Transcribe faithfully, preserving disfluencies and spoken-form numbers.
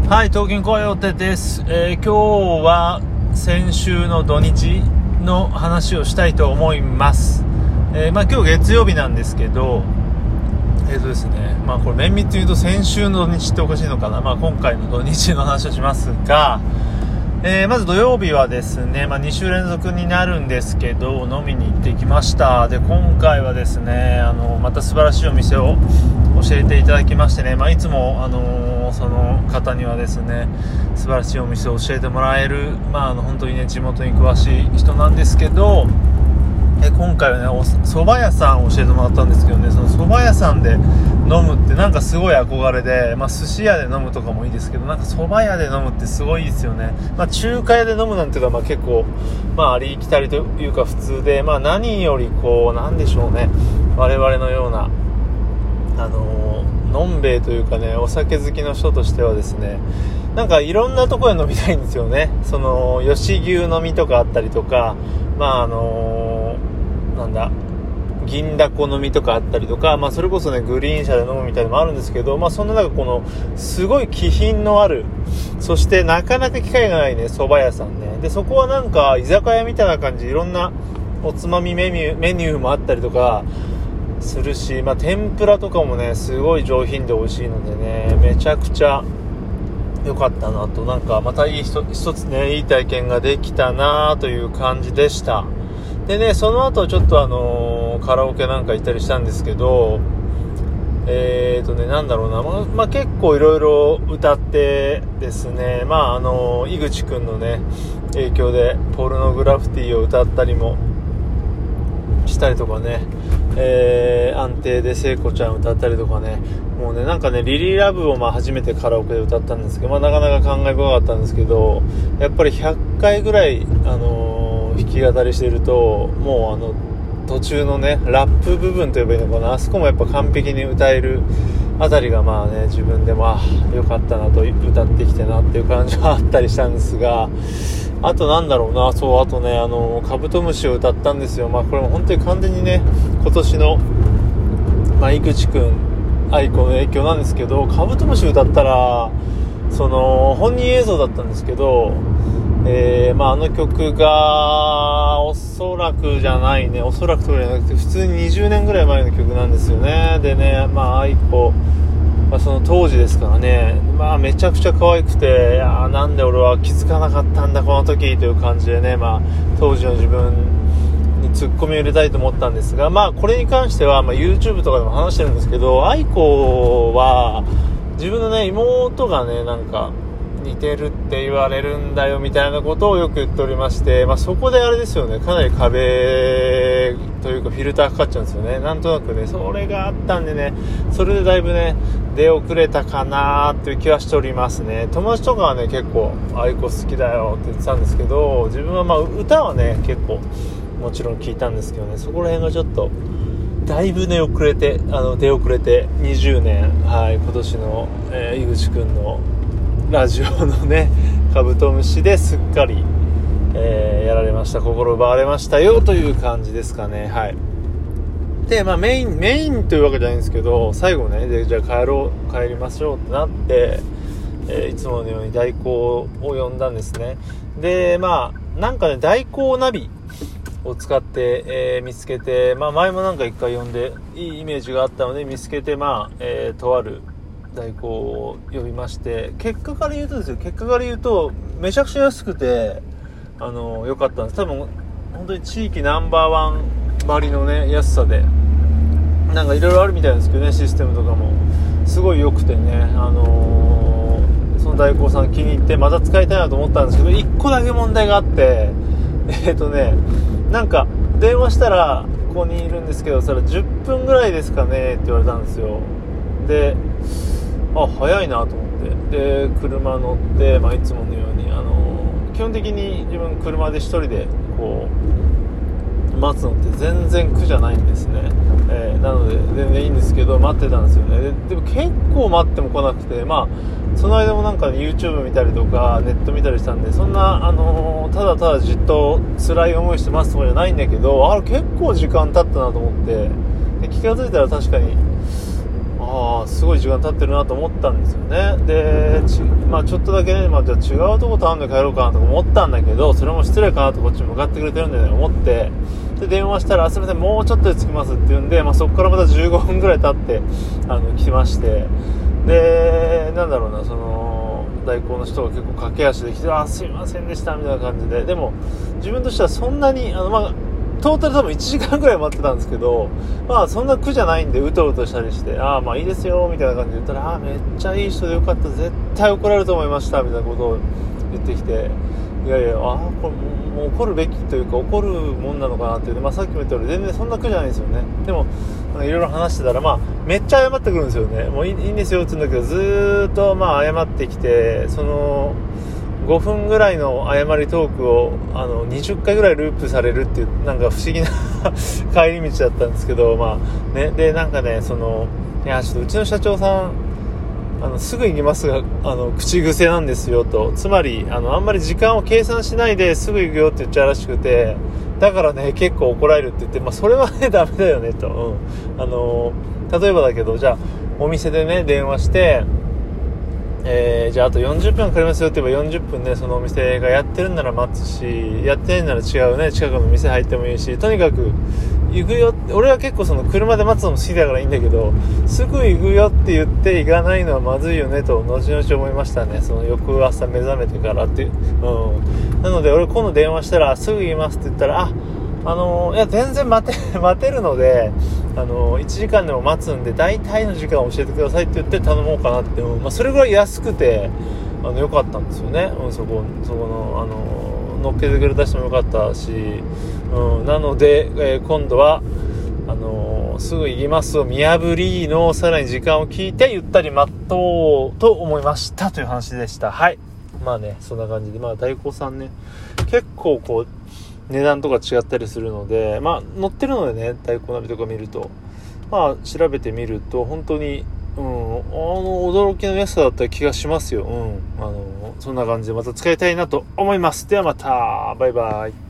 はい、東京コヨーテです、えー、今日は先週の土日の話をしたいと思います、えーまあ、今日月曜日なんですけどえーとですねまあこれ綿密に言うと先週の土日っておかしいのかな、まあ、今回の土日の話をしますが、えー、まず土曜日はですね、まあ、に週連続になるんですけど飲みに行ってきました。で今回はですねあのまた素晴らしいお店を教えていただきましてね、まあ、いつも、あのー、その方にはですね素晴らしいお店を教えてもらえる、まあ、あの本当にね地元に詳しい人なんですけど、え今回はねお蕎麦屋さんを教えてもらったんですけどね、その蕎麦屋さんで飲むってなんかすごい憧れで、まあ、寿司屋で飲むとかもいいですけどなんか蕎麦屋で飲むってすごいですよね。まあ、中華屋で飲むなんていうのはまあ結構、まあ、ありきたりというか普通で、まあ、何よりこうなんでしょうね我々のようなあののんべえというかねお酒好きの人としてはですねなんかいろんなところで飲みたいんですよね。その吉牛飲みとかあったりとかまああのなんだ銀だこ飲みとかあったりとか、まあ、それこそねグリーン車で飲むみたいなのもあるんですけど、まあ、そんな中このすごい気品のあるそしてなかなか機会がないね蕎麦屋さんねでそこはなんか居酒屋みたいな感じいろんなおつまみメニュー、メニューもあったりとかするし、まあ、天ぷらとかもねすごい上品で美味しいのでねめちゃくちゃ良かったなとなんかまたいい一つねいい体験ができたなという感じでした。でねその後ちょっとあのー、カラオケなんか行ったりしたんですけどえーとねなんだろうな、まあまあ、結構いろいろ歌ってですねまああのー、井口くんのね影響でポルノグラフィティを歌ったりもしたりとかね、えー、安定で聖子ちゃん歌ったりとかねもうねなんかねリリーラブをまあ初めてカラオケで歌ったんですけど、まあ、なかなか感慨深かったんですけどやっぱりひゃっかいぐらいあのー弾き語りしているともうあの途中のねラップ部分といえばいいのかなあそこもやっぱ完璧に歌えるあたりがまあね自分でもあ良かったなと歌ってきてなっていう感じはあったりしたんですがあとなんだろうなそうあとねあのカブトムシを歌ったんですよ。まあこれも本当に完全にね今年のまあ井口くん愛子の影響なんですけどカブトムシ歌ったらその本人映像だったんですけどえーまあ、あの曲がおそらくじゃないねおそらくとかじゃなくて普通ににじゅうねんぐらい前の曲なんですよね。でねまあ愛子、まあ、その当時ですからねまあめちゃくちゃ可愛くていやなんで俺は気づかなかったんだこの時という感じでねまあ当時の自分にツッコミを入れたいと思ったんですがまあこれに関しては、まあ、YouTube とかでも話してるんですけど愛子は自分のね妹がねなんか似てるって言われるんだよみたいなことをよく言っておりまして、まあ、そこであれですよねかなり壁というかフィルターかかっちゃうんですよね。なんとなくねそれがあったんでねそれでだいぶね出遅れたかなという気はしておりますね。友達とかはね結構愛子好きだよって言ってたんですけど自分はまあ歌はね結構もちろん聞いたんですけどねそこら辺がちょっとだいぶね遅れてあの出遅れてにじゅうねんはい今年の、えー、井口くんのラジオのねカブトムシですっかり、えー、やられました心奪われましたよという感じですかね。はいでまあメインメインというわけじゃないんですけど最後ねでじゃあ帰ろう帰りましょうってなって、えー、いつものように代行を呼んだんですね。でまあなんかね代行ナビを使って、えー、見つけてまあ前もなんか一回呼んでいいイメージがあったので見つけてまあ、えー、とある代行を呼びまして結果から言うとですよ結果から言うとめちゃくちゃ安くてあの良かったんです。多分本当に地域ナンバーワンばりのね安さでなんかいろいろあるみたいなんですけどねシステムとかもすごい良くてねあのー、その代行さん気に入ってまた使いたいなと思ったんですけどいっこだけ問題があってえーとねなんか電話したらここにいるんですけどそれじゅっぷんぐらいですかねって言われたんですよ。であ早いなと思ってで車乗って、まあ、いつものように、あのー、基本的に自分車で一人でこう待つのって全然苦じゃないんですね、えー、なので全然いいんですけど待ってたんですよね。 で, でも結構待っても来なくてまあその間もなんか、ね、YouTube 見たりとかネット見たりしたんでそんな、あのー、ただただじっと辛い思いしてますとかじゃないんだけどあれ結構時間経ったなと思ってで気がついたら確かにあああすごい時間経ってるなと思ったんですよね。でち,、まあ、ちょっとだけね、まあ、じゃあ違うとこ頼んで帰ろうかなと思ったんだけど、それも失礼かなとこっち向かってくれてるんでね思って、で電話したらすみませんもうちょっとで着きますって言うんで、まあ、そこからまたじゅうごふんぐらい経ってあの来まして、でなんだろうな、その代行の人が結構駆け足で来て、あすいませんでしたみたいな感じで、でも自分としてはそんなにあの、まあトータル多分いちじかんぐらい待ってたんですけど、まあそんな苦じゃないんでうとうとしたりして、ああまあいいですよみたいな感じで言ったら、ああめっちゃいい人でよかった、絶対怒られると思いましたみたいなことを言ってきて、いやいや、ああこれもう怒るべきというか怒るもんなのかなっていう、まあ、さっきも言ったように全然そんな苦じゃないんですよね。でもいろいろ話してたら、まあめっちゃ謝ってくるんですよね。もういい、いいんですよって言うんだけど、ずーっとまあ謝ってきて、そのごふんぐらいの誤りトークをあのにじゅっかいぐらいループされるっていう、なんか不思議な帰り道だったんですけど、まあね、でなんかね、そのいやちょっとうちの社長さんあのすぐ行きますがあの口癖なんですよと、つまりあのあんまり時間を計算しないですぐ行くよって言っちゃうらしくて、だからね結構怒られるって言って、まあそれはねダメだよねと、うん、あの例えばだけど、じゃあお店でね電話してえー、じゃああとよんじゅっぷんかかりますよって言えばよんじゅっぷんね、そのお店がやってるんなら待つし、やってないなら違うね近くの店入ってもいいし、とにかく行くよって、俺は結構その車で待つのも好きだからいいんだけど、すぐ行くよって言って行かないのはまずいよねと後々思いましたね。その翌朝目覚めてからっていう、うん、なので俺今度電話したらすぐ行きますって言ったら、ああのー、いや全然待て待てるので、あのー、いちじかんでも待つんで大体の時間を教えてくださいって言って頼もうかなって、うん、まあ、それぐらい安くてあの良かったんですよね、うん、そこそこの、あのー、乗っけてくれた人も良かったし、うん、なので、えー、今度はあのー、すぐ行きますを見破りのさらに時間を聞いてゆったり待とうと思いましたという話でした。はい、まあねそんな感じで、まあ代行さんね結構こう値段とか違ったりするので、まあ乗ってるのでね、代行ナビとか見ると、まあ調べてみると本当に、うん、あの驚きの安さだった気がしますよ。うん、あのそんな感じでまた使いたいなと思います。ではまた、バイバイ。